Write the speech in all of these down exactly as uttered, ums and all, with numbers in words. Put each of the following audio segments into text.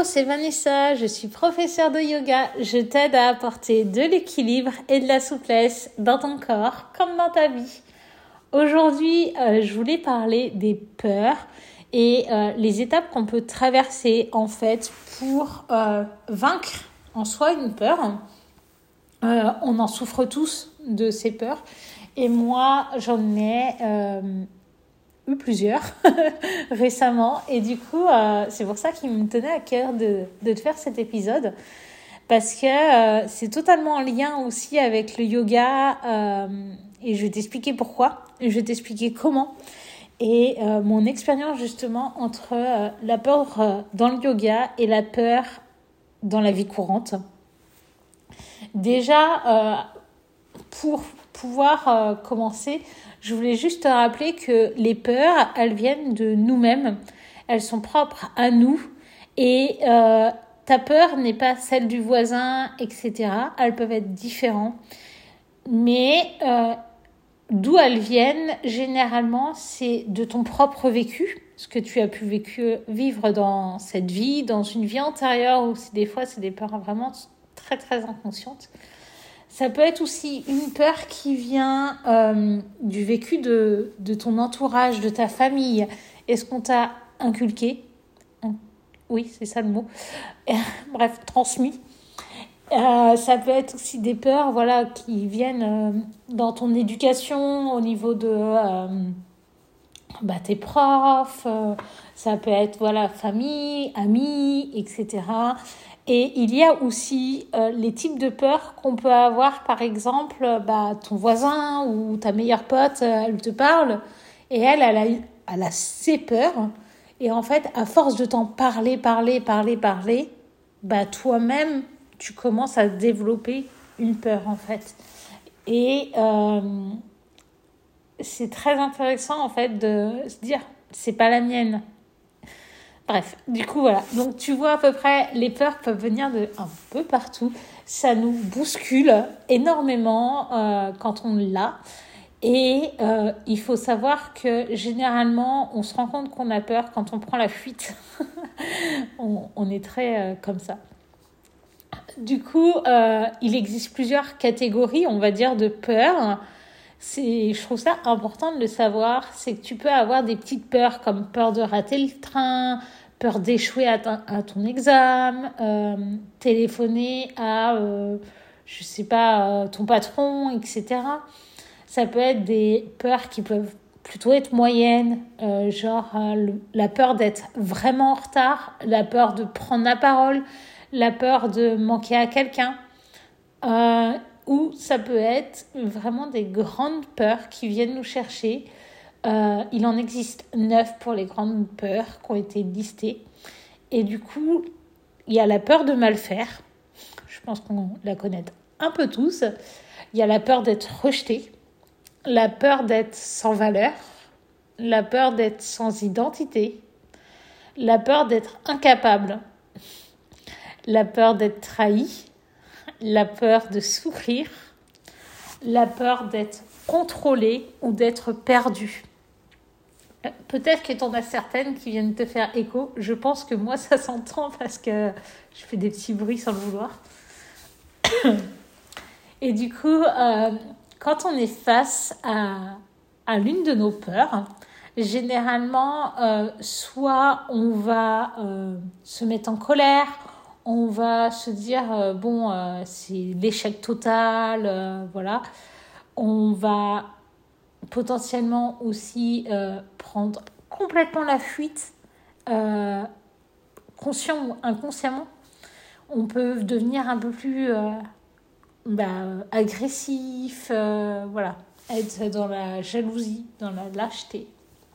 c'est Vanessa, je suis professeure de yoga. Je t'aide à apporter de l'équilibre et de la souplesse dans ton corps comme dans ta vie. Aujourd'hui, euh, je voulais parler des peurs et euh, les étapes qu'on peut traverser en fait pour euh, vaincre en soi une peur. Euh, on en souffre tous de ces peurs et moi, j'en ai... Euh, eu plusieurs récemment et du coup euh, c'est pour ça qu'il me tenait à cœur de, de te faire cet épisode parce que euh, c'est totalement en lien aussi avec le yoga euh, et je vais t'expliquer pourquoi et je vais t'expliquer comment et euh, mon expérience justement entre euh, la peur euh, dans le yoga et la peur dans la vie courante. Déjà euh, pour pouvoir euh, commencer, je voulais juste te rappeler que les peurs, elles viennent de nous-mêmes. Elles sont propres à nous. Et euh, ta peur n'est pas celle du voisin, et cetera. Elles peuvent être différentes. Mais euh, d'où elles viennent, généralement, c'est de ton propre vécu. Ce que tu as pu vécu, vivre dans cette vie, dans une vie antérieure, où c'est, des fois, c'est des peurs vraiment très, très inconscientes. Ça peut être aussi une peur qui vient euh, du vécu de, de ton entourage, de ta famille. Est-ce qu'on t'a inculqué ? Oui, c'est ça le mot. Bref, transmis. Euh, ça peut être aussi des peurs voilà, qui viennent euh, dans ton éducation, au niveau de euh, bah, tes profs. Euh, ça peut être voilà, famille, amis, et cetera. Et il y a aussi euh, les types de peurs qu'on peut avoir, par exemple, bah, ton voisin ou ta meilleure pote, euh, elle te parle et elle, elle a, elle a ses peurs. Et en fait, à force de t'en parler, parler, parler, parler, bah, toi-même, tu commences à développer une peur, en fait. Et euh, c'est très intéressant, en fait, de se dire, c'est pas la mienne. Bref, du coup, voilà. Donc, tu vois à peu près, les peurs peuvent venir de un peu partout. Ça nous bouscule énormément euh, quand on l'a. Et euh, il faut savoir que généralement, on se rend compte qu'on a peur quand on prend la fuite. on, on est très euh, comme ça. Du coup, euh, il existe plusieurs catégories, on va dire, de peurs. C'est, je trouve ça important de le savoir, c'est que tu peux avoir des petites peurs comme peur de rater le train, peur d'échouer à, ta, à ton examen, euh, téléphoner à, euh, je sais pas, euh, ton patron, et cetera. Ça peut être des peurs qui peuvent plutôt être moyennes, euh, genre euh, le, la peur d'être vraiment en retard, la peur de prendre la parole, la peur de manquer à quelqu'un. Euh, ou ça peut être vraiment des grandes peurs qui viennent nous chercher. Euh, il en existe neuf pour les grandes peurs qui ont été listées. Et du coup, il y a la peur de mal faire. Je pense qu'on la connaît un peu tous. Il y a la peur d'être rejeté, la peur d'être sans valeur, la peur d'être sans identité, la peur d'être incapable, la peur d'être trahi, la peur de souffrir, la peur d'être contrôlé ou d'être perdu. Peut-être que tu en as certaines qui viennent te faire écho. Je pense que moi, ça s'entend parce que je fais des petits bruits sans le vouloir. Et du coup, euh, quand on est face à, à l'une de nos peurs, généralement, euh, soit on va euh, se mettre en colère, on va se dire, euh, bon, euh, c'est l'échec total, euh, voilà. On va potentiellement aussi euh, prendre complètement la fuite, euh, conscient ou inconsciemment. On peut devenir un peu plus euh, bah, agressif, euh, voilà, être dans la jalousie, dans la lâcheté.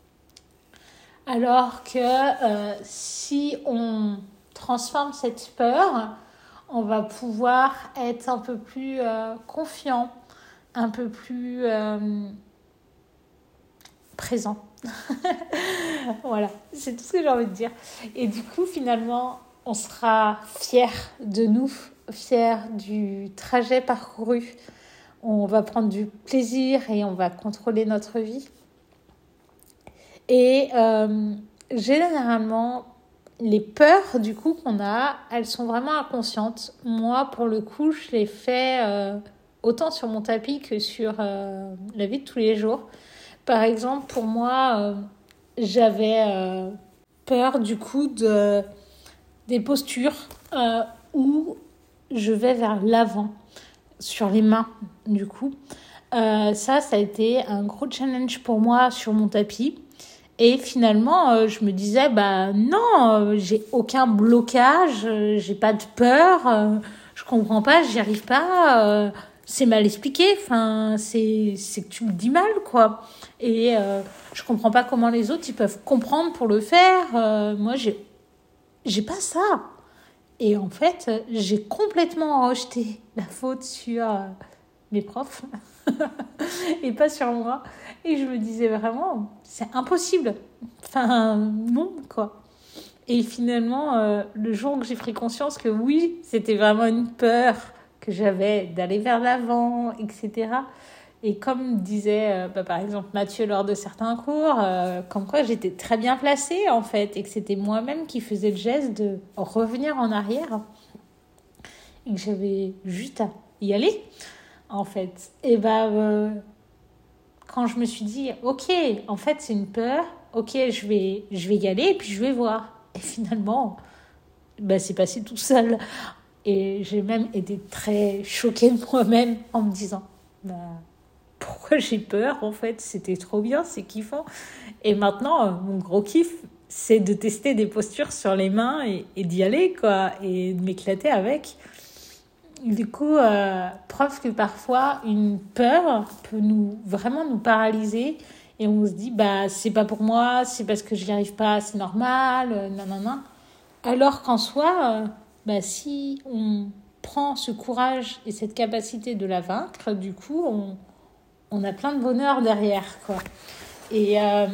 Alors que euh, si on transforme cette peur, on va pouvoir être un peu plus euh, confiant, un peu plus euh, présent. Voilà, c'est tout ce que j'ai envie de dire. Et du coup, finalement, on sera fiers de nous, fiers du trajet parcouru. On va prendre du plaisir et on va contrôler notre vie. Et euh, généralement, les peurs, du coup, qu'on a, elles sont vraiment inconscientes. Moi, pour le coup, je les fais euh, autant sur mon tapis que sur euh, la vie de tous les jours. Par exemple, pour moi, euh, j'avais euh, peur, du coup, de, des postures euh, où je vais vers l'avant, sur les mains, du coup. Euh, ça, ça a été un gros challenge pour moi sur mon tapis. Et finalement, euh, je me disais, bah non, euh, j'ai aucun blocage, euh, j'ai pas de peur, euh, je comprends pas, j'y arrive pas, euh, c'est mal expliqué, enfin, c'est, c'est que tu me dis mal, quoi. Et euh, je comprends pas comment les autres, ils peuvent comprendre pour le faire. Euh, moi, j'ai, j'ai pas ça. Et en fait, j'ai complètement rejeté la faute sur euh, mes profs et pas sur moi. Et je me disais vraiment, c'est impossible. Enfin, non, quoi. Et finalement, euh, le jour où j'ai pris conscience que oui, c'était vraiment une peur que j'avais d'aller vers l'avant, et cetera. Et comme disait, euh, bah, par exemple, Mathieu lors de certains cours, euh, comme quoi j'étais très bien placée, en fait, et que c'était moi-même qui faisais le geste de revenir en arrière, et que j'avais juste à y aller, en fait. Et bah... Euh, quand je me suis dit, ok, en fait, c'est une peur, ok, je vais, je vais y aller et puis je vais voir. Et finalement, bah, c'est passé tout seul. Et j'ai même été très choquée de moi-même en me disant, bah, pourquoi j'ai peur, en fait, c'était trop bien, c'est kiffant. Et maintenant, mon gros kiff, c'est de tester des postures sur les mains et, et d'y aller, quoi, et de m'éclater avec. Du coup, euh, preuve que parfois une peur peut nous vraiment nous paralyser et on se dit bah c'est pas pour moi, c'est parce que je n'y arrive pas, c'est normal, euh, non non non. Alors qu'en soi, euh, bah si on prend ce courage et cette capacité de la vaincre, du coup on on a plein de bonheur derrière, quoi. Et euh,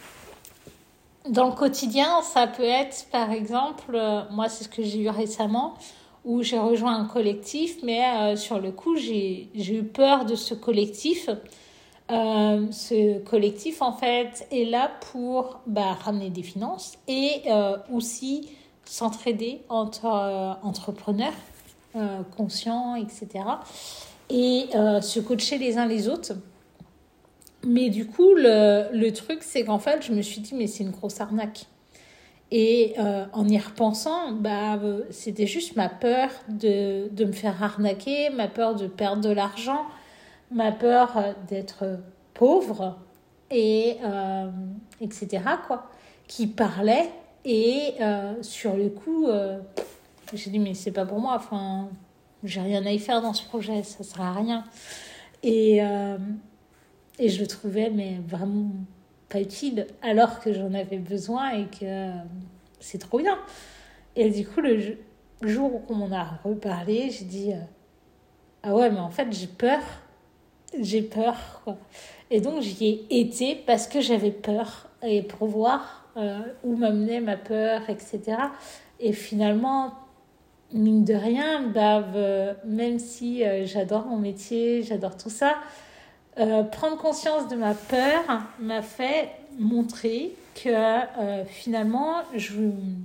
dans le quotidien, ça peut être par exemple, euh, moi c'est ce que j'ai eu récemment, où j'ai rejoint un collectif, mais euh, sur le coup, j'ai, j'ai eu peur de ce collectif. Euh, ce collectif, en fait, est là pour bah, ramener des finances et euh, aussi s'entraider entre euh, entrepreneurs euh, conscients, et cetera. Et euh, se coacher les uns les autres. Mais du coup, le, le truc, c'est qu'en fait, je me suis dit, mais c'est une grosse arnaque. Et euh, en y repensant, bah, euh, c'était juste ma peur de, de me faire arnaquer, ma peur de perdre de l'argent, ma peur euh, d'être pauvre, et, euh, et cetera, quoi, qui parlait. Et euh, sur le coup, euh, j'ai dit, mais c'est pas pour moi, enfin, j'ai rien à y faire dans ce projet, ça sert à rien. Et, euh, et je le trouvais, mais vraiment pas utile, alors que j'en avais besoin et que euh, c'est trop bien. Et du coup, le jour où on m'en a reparlé, j'ai dit euh, ah ouais, mais en fait, j'ai peur. J'ai peur, quoi. Et donc, j'y ai été parce que j'avais peur et pour voir euh, où m'amenait ma peur, et cetera. Et finalement, mine de rien, bah, euh, même si euh, j'adore mon métier, j'adore tout ça, Euh, prendre conscience de ma peur m'a fait montrer que euh, finalement, je,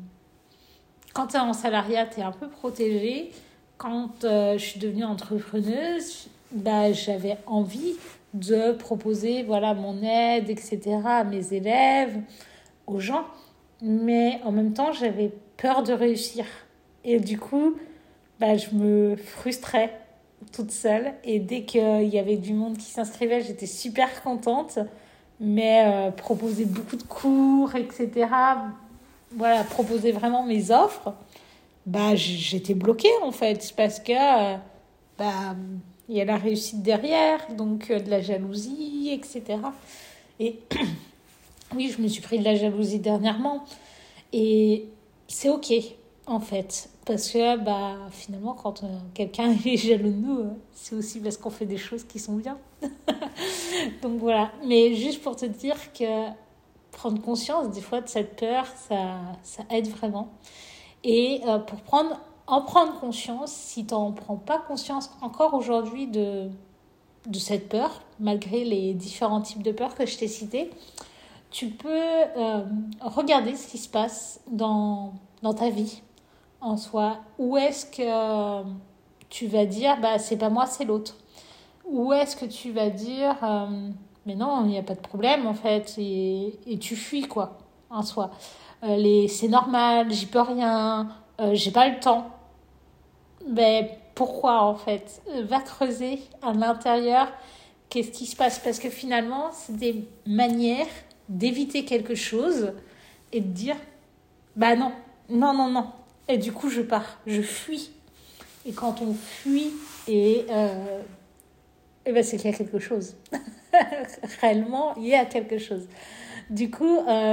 quand tu es en salariat, tu es un peu protégée. Quand euh, je suis devenue entrepreneuse, bah, j'avais envie de proposer voilà, mon aide, et cetera à mes élèves, aux gens. Mais en même temps, j'avais peur de réussir. Et du coup, bah, je me frustrais toute seule. Et dès qu'il y avait du monde qui s'inscrivait, j'étais super contente. Mais euh, proposer beaucoup de cours, et cetera. Voilà, proposer vraiment mes offres, bah, j'étais bloquée en fait. Parce que euh, bah, il y a la réussite derrière, donc euh, de la jalousie, et cetera. Et oui, je me suis pris de la jalousie dernièrement. Et c'est ok, en fait. Parce que bah, finalement, quand euh, quelqu'un est jaloux de nous, euh, c'est aussi parce qu'on fait des choses qui sont bien. Donc voilà. Mais juste pour te dire que prendre conscience des fois de cette peur, ça, ça aide vraiment. Et euh, pour prendre, en prendre conscience, si tu n'en prends pas conscience encore aujourd'hui de, de cette peur, malgré les différents types de peurs que je t'ai cités, tu peux euh, regarder ce qui se passe dans dans ta vie en soi? Où est-ce que euh, tu vas dire, bah, c'est pas moi, c'est l'autre? Où est-ce que tu vas dire, euh, mais non, il n'y a pas de problème en fait, et, et tu fuis quoi, en soi. Euh, les, c'est normal, j'y peux rien, euh, j'ai pas le temps. Ben, pourquoi en fait? Va creuser à l'intérieur qu'est-ce qui se passe, parce que finalement, c'est des manières d'éviter quelque chose et de dire, bah non, non, non, non. Et du coup, je pars, je fuis. Et quand on fuit, et, euh, et ben c'est qu'il y a quelque chose. Réellement, il y a quelque chose. Du coup, euh,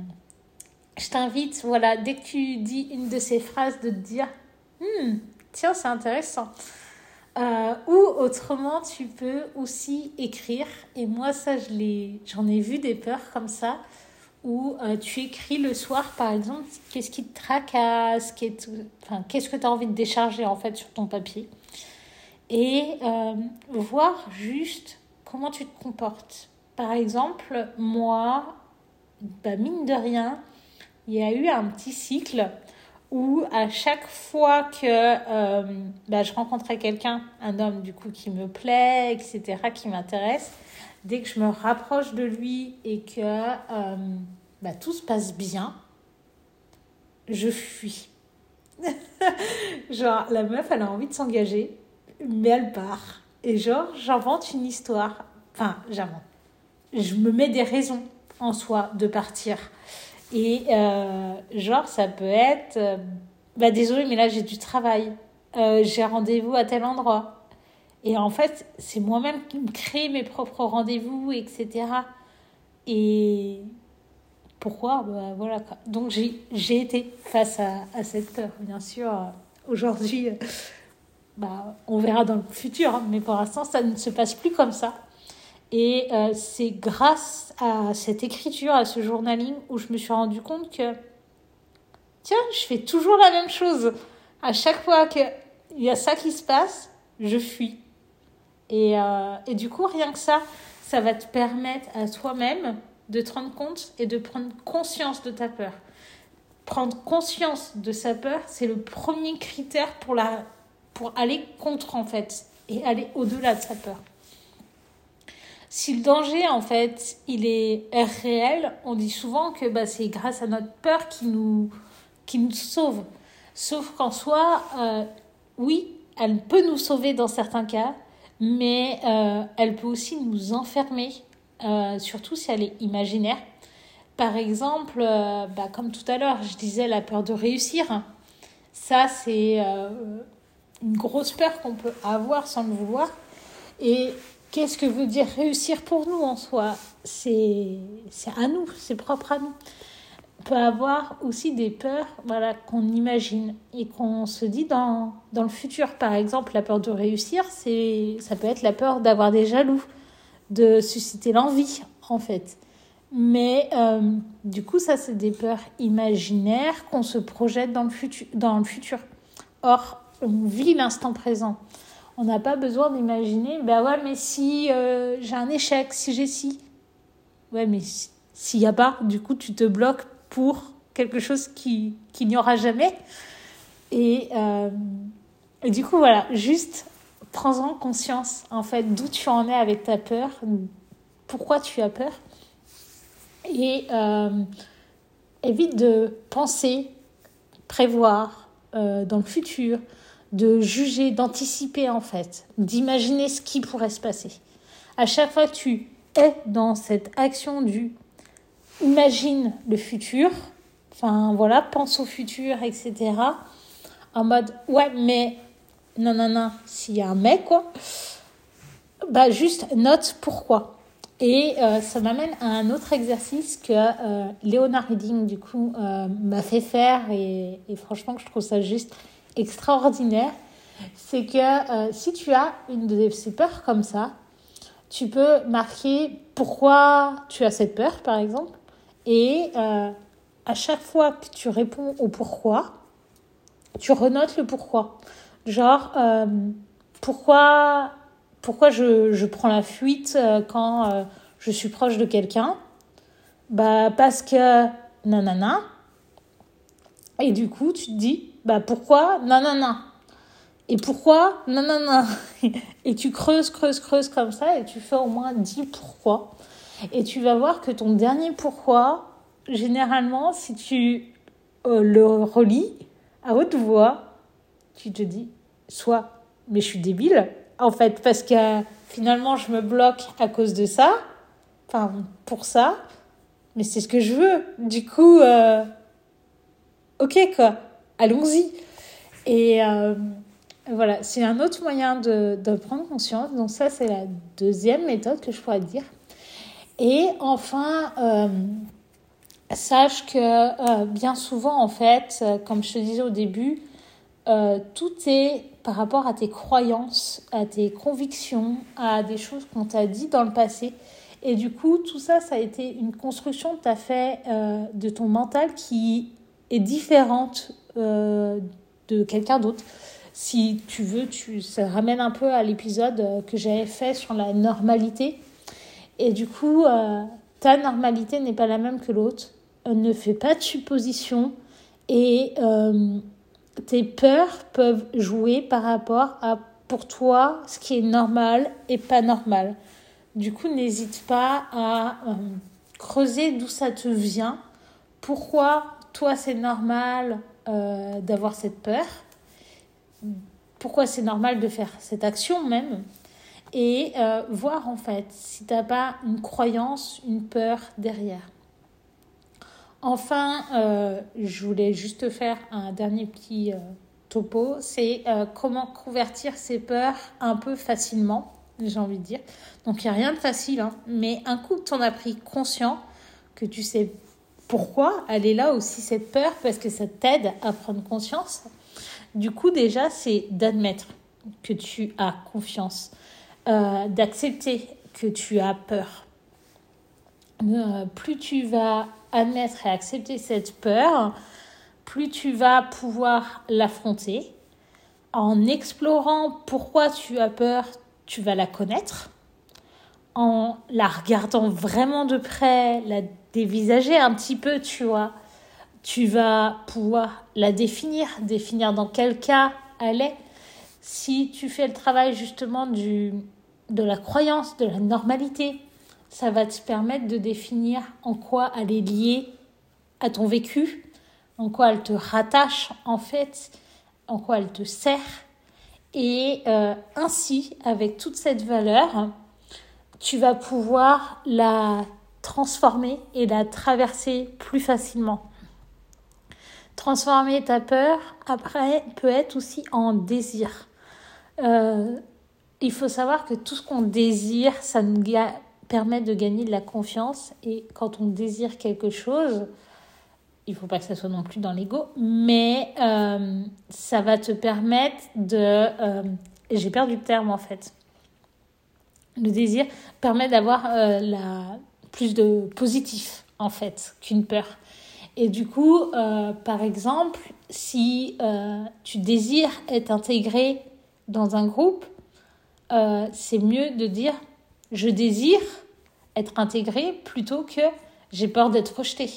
je t'invite, voilà, dès que tu dis une de ces phrases, de te dire, hmm, tiens, c'est intéressant. Euh, ou autrement, tu peux aussi écrire. Et moi, ça, je l'ai, j'en ai vu des peurs comme ça, où euh, tu écris le soir, par exemple, qu'est-ce qui te tracasse, qu'est- enfin, qu'est-ce que tu as envie de décharger en fait sur ton papier. Et euh, voir juste comment tu te comportes. Par exemple, moi, bah, mine de rien, il y a eu un petit cycle où à chaque fois que euh, bah, je rencontrais quelqu'un, un homme du coup qui me plaît, et cetera, qui m'intéresse, dès que je me rapproche de lui et que euh, bah, tout se passe bien, je fuis. Genre, la meuf, elle a envie de s'engager, mais elle part. Et genre, j'invente une histoire. Enfin, j'invente. Je me mets des raisons en soi de partir. Et euh, genre, ça peut être... euh, bah désolé, mais là, j'ai du travail. Euh, j'ai rendez-vous à tel endroit. Et en fait, c'est moi-même qui me crée mes propres rendez-vous, et cetera. Et pourquoi? Bah, voilà, quoi. Donc, j'ai, j'ai été face à, à cette peur. Bien sûr, euh, aujourd'hui, euh, bah, on verra dans le futur. Hein, mais pour l'instant, ça ne se passe plus comme ça. Et euh, c'est grâce à cette écriture, à ce journaling, où je me suis rendu compte que, tiens, je fais toujours la même chose. À chaque fois qu'il y a ça qui se passe, je fuis. Et, euh, et du coup, rien que ça, ça va te permettre à toi-même de te rendre compte et de prendre conscience de ta peur. Prendre conscience de sa peur, c'est le premier critère pour, la, pour aller contre, en fait, et aller au-delà de sa peur. Si le danger, en fait, il est réel, on dit souvent que bah, c'est grâce à notre peur qui nous, qui nous sauve. Sauf qu'en soi, euh, oui, elle peut nous sauver dans certains cas, mais euh, elle peut aussi nous enfermer, euh, surtout si elle est imaginaire. Par exemple, euh, bah, comme tout à l'heure, je disais la peur de réussir. Ça, c'est euh, une grosse peur qu'on peut avoir sans le vouloir. Et qu'est-ce que veut dire réussir pour nous en soi? C'est, c'est à nous, c'est propre à nous. On peut avoir aussi des peurs, voilà, qu'on imagine et qu'on se dit dans, dans le futur. Par exemple, la peur de réussir, c'est, ça peut être la peur d'avoir des jaloux, de susciter l'envie, en fait. Mais euh, du coup, ça, c'est des peurs imaginaires qu'on se projette dans le futur. Dans le futur. Or, on vit l'instant présent. On n'a pas besoin d'imaginer, ben ouais, mais si euh, j'ai un échec, si j'ai ci. Ouais, mais si, s'il n'y a pas, du coup, tu te bloques pour quelque chose qui, qu'il n'y aura jamais. Et, euh, et du coup, voilà, juste prends-en conscience, en fait, d'où tu en es avec ta peur, pourquoi tu as peur. Et euh, évite de penser, prévoir euh, dans le futur, de juger, d'anticiper en fait, d'imaginer ce qui pourrait se passer. À chaque fois que tu es dans cette action du imagine le futur, enfin voilà, pense au futur, et cetera. En mode ouais, mais non, non, non, s'il y a un mais quoi, bah juste note pourquoi. Et euh, ça m'amène à un autre exercice que euh, Leonard Reading du coup euh, m'a fait faire et, et franchement je trouve ça juste extraordinaire. C'est que euh, si tu as une de ces peurs comme ça, tu peux marquer pourquoi tu as cette peur par exemple et euh, à chaque fois que tu réponds au pourquoi, tu renotes le pourquoi. Genre euh, pourquoi Pourquoi je, je prends la fuite quand euh, je suis proche de quelqu'un? Bah parce que nanana. Et du coup, tu te dis, bah pourquoi? Non, non, non. Et pourquoi? Non, non, non. Et tu creuses, creuses, creuses comme ça et tu fais au moins dix pourquoi. Et tu vas voir que ton dernier pourquoi, généralement, si tu euh, le relis à haute voix, tu te dis, soit, mais je suis débile, en fait, parce que euh, finalement, je me bloque à cause de ça, enfin, pour ça, mais c'est ce que je veux. Du coup, euh, ok, quoi, allons-y. Et euh, voilà, c'est un autre moyen de, de prendre conscience. Donc ça, c'est la deuxième méthode que je pourrais te dire. Et enfin, euh, sache que euh, bien souvent, en fait, euh, comme je te disais au début, euh, tout est par rapport à tes croyances, à tes convictions, à des choses qu'on t'a dit dans le passé. Et du coup, tout ça, ça a été une construction que tu as fait euh, de ton mental qui est différente euh, de quelqu'un d'autre. Si tu veux, tu, ça ramène un peu à l'épisode que j'avais fait sur la normalité. Et du coup, euh, ta normalité n'est pas la même que l'autre. Euh, ne fais pas de suppositions. Et euh, tes peurs peuvent jouer par rapport à, pour toi, ce qui est normal et pas normal. Du coup, n'hésite pas à euh, creuser d'où ça te vient. Pourquoi, toi, c'est normal euh, d'avoir cette peur? Pourquoi c'est normal de faire cette action même? Et euh, voir en fait si tu n'as pas une croyance, une peur derrière. Enfin, euh, je voulais juste faire un dernier petit euh, topo, c'est euh, comment convertir ses peurs un peu facilement, j'ai envie de dire. Donc il n'y a rien de facile, hein, mais un coup que tu en as pris conscience, que tu sais pourquoi elle est là aussi cette peur, parce que ça t'aide à prendre conscience. Du coup déjà, c'est d'admettre que tu as confiance. Euh, d'accepter que tu as peur. Euh, plus tu vas admettre et accepter cette peur, plus tu vas pouvoir l'affronter. En explorant pourquoi tu as peur, tu vas la connaître. En la regardant vraiment de près, la dévisager un petit peu, tu vois, tu vas pouvoir la définir, définir dans quel cas elle est. Si tu fais le travail justement du de la croyance, de la normalité, ça va te permettre de définir en quoi elle est liée à ton vécu, en quoi elle te rattache en fait, en quoi elle te sert. Et euh, ainsi, avec toute cette valeur, tu vas pouvoir la transformer et la traverser plus facilement. Transformer ta peur, après, peut être aussi en désir. Euh, Il faut savoir que tout ce qu'on désire, ça nous ga- permet de gagner de la confiance. Et quand on désire quelque chose, il ne faut pas que ça soit non plus dans l'ego, mais euh, ça va te permettre de... Euh, j'ai perdu le terme en fait. Le désir permet d'avoir euh, la, plus de positif en fait qu'une peur. Et du coup, euh, par exemple, si euh, tu désires être intégré dans un groupe, Euh, c'est mieux de dire je désire être intégré plutôt que j'ai peur d'être rejeté.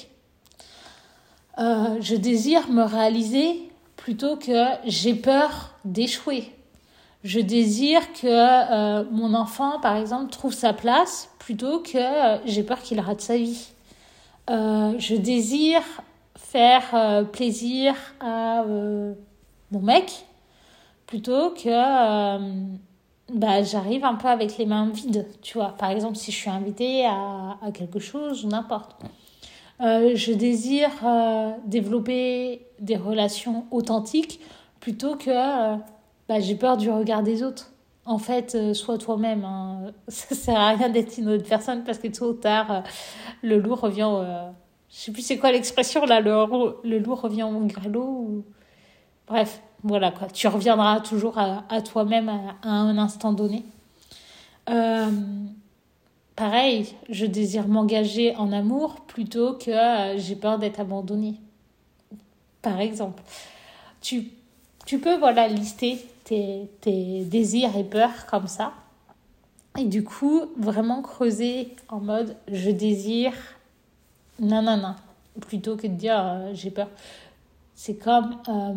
Euh, je désire me réaliser plutôt que j'ai peur d'échouer. Je désire que euh, mon enfant, par exemple, trouve sa place plutôt que euh, j'ai peur qu'il rate sa vie. Euh, je désire faire euh, plaisir à euh, mon mec plutôt que... Euh, bah, j'arrive un peu avec les mains vides, tu vois. Par exemple, si je suis invitée à, à quelque chose ou n'importe. Euh, je désire euh, développer des relations authentiques plutôt que euh, bah, j'ai peur du regard des autres. En fait, euh, sois toi-même. Hein. Ça sert à rien d'être une autre personne parce que tôt ou tard, euh, le loup revient... Euh, je sais plus c'est quoi l'expression là, le, le loup revient au grelot ou... Bref, voilà quoi. Tu reviendras toujours à, à toi-même à, à un instant donné. Euh, pareil, je désire m'engager en amour plutôt que euh, j'ai peur d'être abandonnée. Par exemple, tu, tu peux voilà lister tes, tes désirs et peurs comme ça. Et du coup, vraiment creuser en mode je désire non, non, non. Plutôt que de dire euh, j'ai peur. C'est comme euh,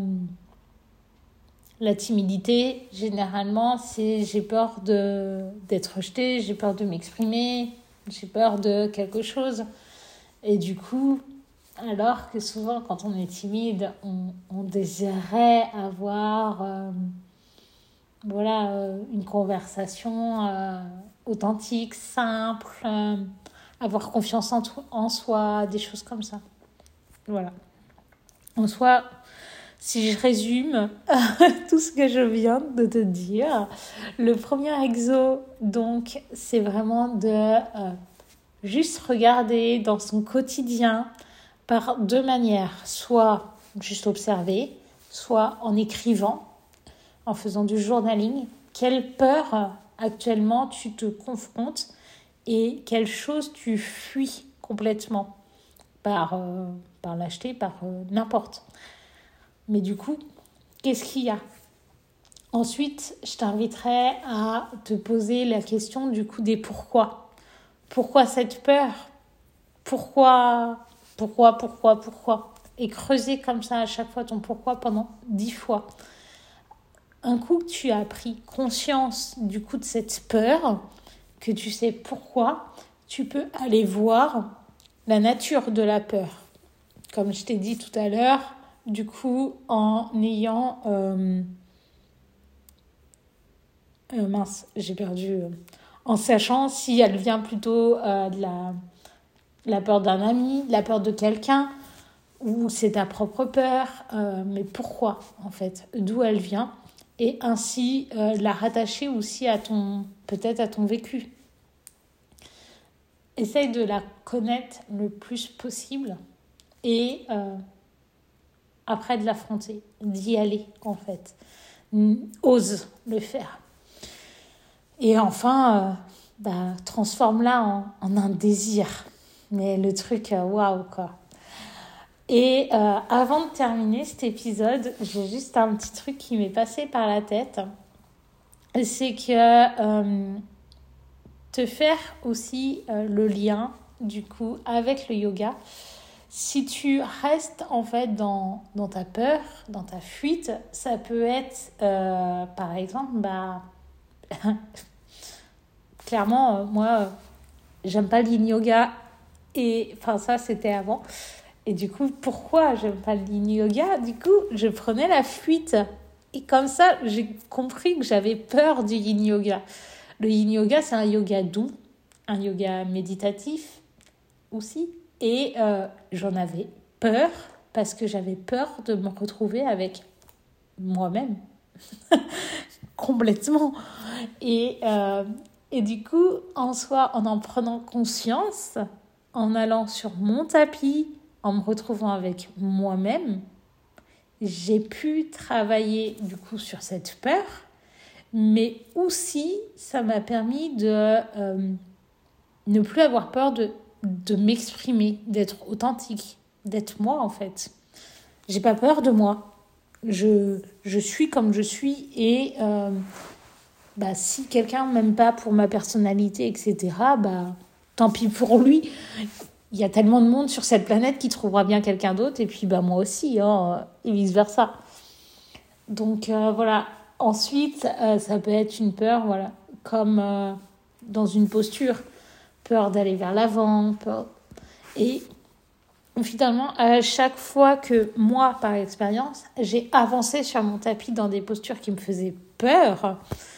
la timidité, généralement, c'est j'ai peur de, d'être rejetée, j'ai peur de m'exprimer, j'ai peur de quelque chose. Et du coup, alors que souvent, quand on est timide, on, on désirerait avoir euh, voilà, euh, une conversation euh, authentique, simple, euh, avoir confiance en, to- en soi, des choses comme ça. Voilà. En soi, si je résume tout ce que je viens de te dire, le premier exo, donc, c'est vraiment de euh, juste regarder dans son quotidien par deux manières, soit juste observer, soit en écrivant, en faisant du journaling, quelle peur euh, actuellement tu te confrontes et quelle chose tu fuis complètement par, euh, par l'acheter, par euh, n'importe. Mais du coup, qu'est-ce qu'il y a ? Ensuite, je t'inviterai à te poser la question du coup des pourquoi. Pourquoi cette peur ? Pourquoi, pourquoi, pourquoi, pourquoi ? Et creuser comme ça à chaque fois ton pourquoi pendant dix fois. Un coup que tu as pris conscience du coup de cette peur, que tu sais pourquoi, tu peux aller voir la nature de la peur. Comme je t'ai dit tout à l'heure, du coup, en ayant... Euh, euh, mince, j'ai perdu... Euh, en sachant si elle vient plutôt euh, de la, la peur d'un ami, de la peur de quelqu'un, ou c'est ta propre peur, euh, mais pourquoi, en fait, d'où elle vient, et ainsi euh, la rattacher aussi à ton, peut-être à ton vécu. Essaye de la connaître le plus possible et euh, après de l'affronter, d'y aller en fait. Ose le faire. Et enfin, euh, bah, transforme-la en, en un désir. Mais le truc, waouh wow, quoi. Et euh, avant de terminer cet épisode, j'ai juste un petit truc qui m'est passé par la tête. C'est que euh, te faire aussi euh, le lien, du coup, avec le yoga. Si tu restes, en fait, dans, dans ta peur, dans ta fuite, ça peut être, euh, par exemple, bah... clairement, euh, moi, euh, j'aime pas le yin yoga. Et, enfin, ça, c'était avant. Et du coup, pourquoi j'aime pas le yin yoga ? Du coup, je prenais la fuite. Et comme ça, j'ai compris que j'avais peur du yin yoga. Le yin yoga, c'est un yoga doux, un yoga méditatif aussi. Et euh, j'en avais peur parce que j'avais peur de me retrouver avec moi-même. Complètement. Et, euh, et du coup, en soi, en en prenant conscience, en allant sur mon tapis, en me retrouvant avec moi-même, j'ai pu travailler du coup sur cette peur, mais aussi ça m'a permis de euh, ne plus avoir peur de, de m'exprimer, d'être authentique, d'être moi en fait. J'ai pas peur de moi. Je, je suis comme je suis et euh, bah, si quelqu'un m'aime pas pour ma personnalité, et cetera, bah, tant pis pour lui. Il y a tellement de monde sur cette planète qui trouvera bien quelqu'un d'autre, et puis bah, moi aussi, hein, et vice-versa. Donc euh, voilà. Ensuite, euh, ça peut être une peur, voilà, comme euh, dans une posture, peur d'aller vers l'avant, peur... Et finalement, à chaque fois que moi, par expérience, j'ai avancé sur mon tapis dans des postures qui me faisaient peur,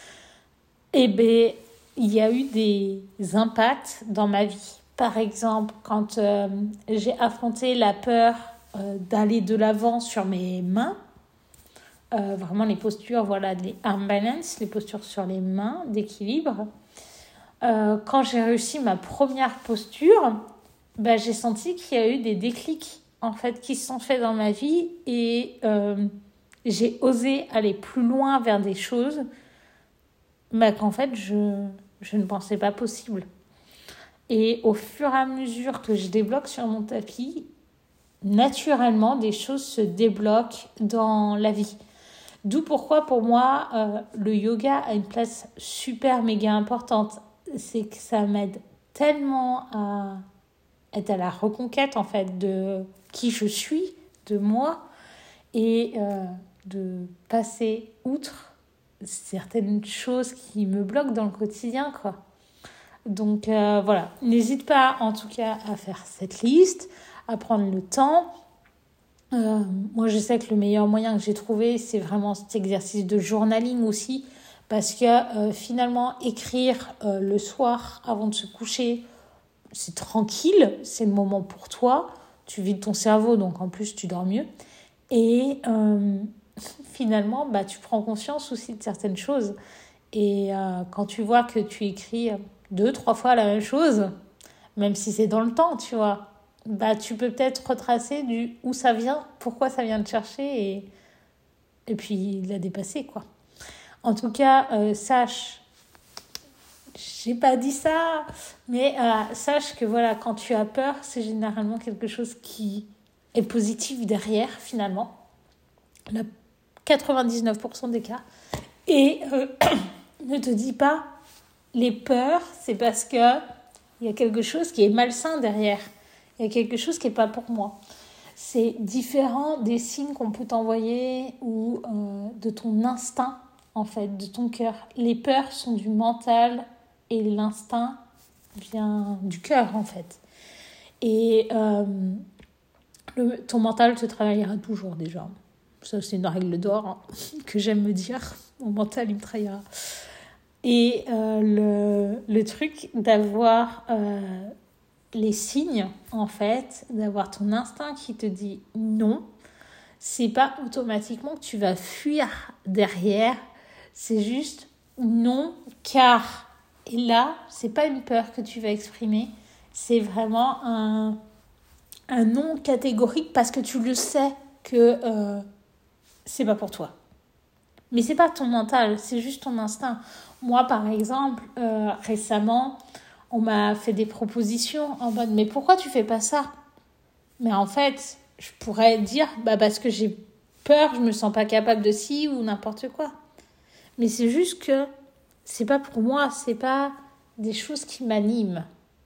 eh bien, il y a eu des impacts dans ma vie. Par exemple, quand euh, j'ai affronté la peur euh, d'aller de l'avant sur mes mains, euh, vraiment les postures, voilà, les arm balance, les postures sur les mains, d'équilibre. Euh, quand j'ai réussi ma première posture, bah, j'ai senti qu'il y a eu des déclics en fait, qui se sont faits dans ma vie et euh, j'ai osé aller plus loin vers des choses bah, qu'en fait, je, je ne pensais pas possible. Et au fur et à mesure que je débloque sur mon tapis, naturellement, des choses se débloquent dans la vie. D'où pourquoi, pour moi, euh, le yoga a une place super méga importante. C'est que ça m'aide tellement à être à la reconquête, en fait, de qui je suis, de moi. et euh, de passer outre certaines choses qui me bloquent dans le quotidien, quoi. Donc euh, voilà, n'hésite pas en tout cas à faire cette liste, à prendre le temps. Euh, moi je sais que le meilleur moyen que j'ai trouvé, c'est vraiment cet exercice de journaling aussi, parce que euh, finalement écrire euh, le soir avant de se coucher, c'est tranquille, c'est le moment pour toi, tu vides ton cerveau, donc en plus tu dors mieux. Et euh, finalement, bah, tu prends conscience aussi de certaines choses. Et euh, quand tu vois que tu écris deux, trois fois la même chose, même si c'est dans le temps, tu vois, bah, tu peux peut-être retracer du où ça vient, pourquoi ça vient te chercher et, et puis la dépasser, quoi. En tout cas, euh, sache, j'ai pas dit ça, mais euh, sache que voilà, quand tu as peur, c'est généralement quelque chose qui est positif derrière, finalement. La quatre-vingt-dix-neuf pour cent des cas. Et euh, ne te dis pas, les peurs, c'est parce que il y a quelque chose qui est malsain derrière. Il y a quelque chose qui n'est pas pour moi. C'est différent des signes qu'on peut t'envoyer ou euh, de ton instinct, en fait, de ton cœur. Les peurs sont du mental et l'instinct vient du cœur, en fait. Et euh, le, ton mental te travaillera toujours, déjà. Ça, c'est une règle d'or hein, que j'aime me dire. Mon mental, il me trahira. Et euh, le, le truc d'avoir euh, les signes, en fait, d'avoir ton instinct qui te dit non, c'est pas automatiquement que tu vas fuir derrière. C'est juste non, car. Et là, c'est pas une peur que tu vas exprimer. C'est vraiment un, un non catégorique parce que tu le sais que... Euh, c'est pas pour toi. Mais c'est pas ton mental, c'est juste ton instinct. Moi, par exemple, euh, récemment, on m'a fait des propositions en mode « Mais pourquoi tu fais pas ça ?» Mais en fait, je pourrais dire bah parce que j'ai peur, je me sens pas capable de ci ou n'importe quoi. Mais c'est juste que c'est pas pour moi, c'est pas des choses qui m'animent.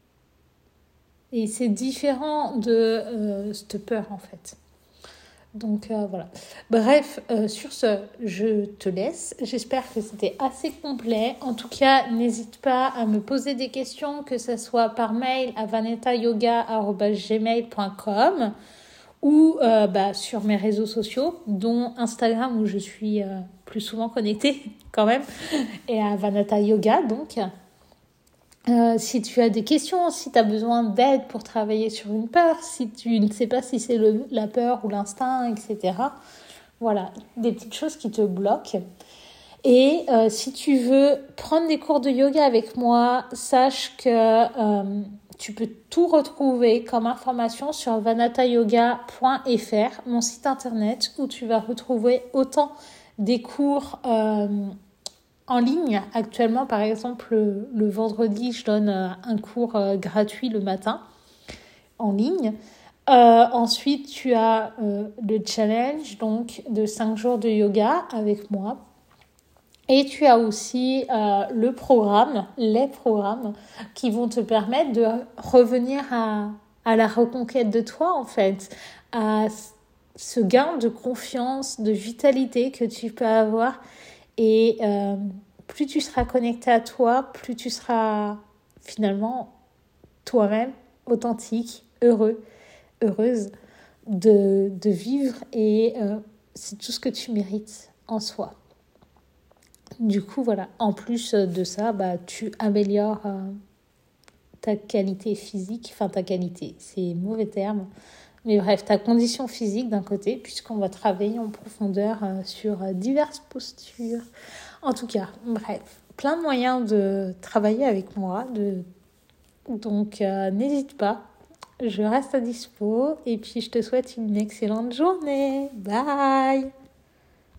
Et c'est différent de euh, cette peur, en fait. Donc euh, voilà. Bref, euh, sur ce, je te laisse. J'espère que c'était assez complet. En tout cas, n'hésite pas à me poser des questions, que ce soit par mail à vanetta yoga arobase gmail point com ou euh, bah, sur mes réseaux sociaux, dont Instagram où je suis euh, plus souvent connectée quand même, et à Vanetta Yoga donc. Euh, si tu as des questions, si tu as besoin d'aide pour travailler sur une peur, si tu ne sais pas si c'est le, la peur ou l'instinct, et cetera. Voilà, des petites choses qui te bloquent. Et euh, si tu veux prendre des cours de yoga avec moi, sache que euh, tu peux tout retrouver comme information sur vanetta yoga point f r, mon site internet, où tu vas retrouver autant des cours... Euh, en ligne, actuellement, par exemple, le, le vendredi, je donne euh, un cours euh, gratuit le matin, en ligne. Euh, ensuite, tu as euh, le challenge, donc, de cinq jours de yoga avec moi. Et tu as aussi euh, le programme, les programmes qui vont te permettre de revenir à, à la reconquête de toi, en fait, à ce gain de confiance, de vitalité que tu peux avoir. Et euh, plus tu seras connecté à toi, plus tu seras finalement toi-même, authentique, heureux, heureuse de, de vivre. Et euh, c'est tout ce que tu mérites en soi. Du coup, voilà. En plus de ça, bah, tu améliores euh, ta qualité physique. Enfin, ta qualité, c'est mauvais terme. Mais bref, ta condition physique d'un côté, puisqu'on va travailler en profondeur euh, sur euh, diverses postures. En tout cas, bref, plein de moyens de travailler avec moi. De... Donc, euh, n'hésite pas. Je reste à dispo. Et puis, je te souhaite une excellente journée. Bye!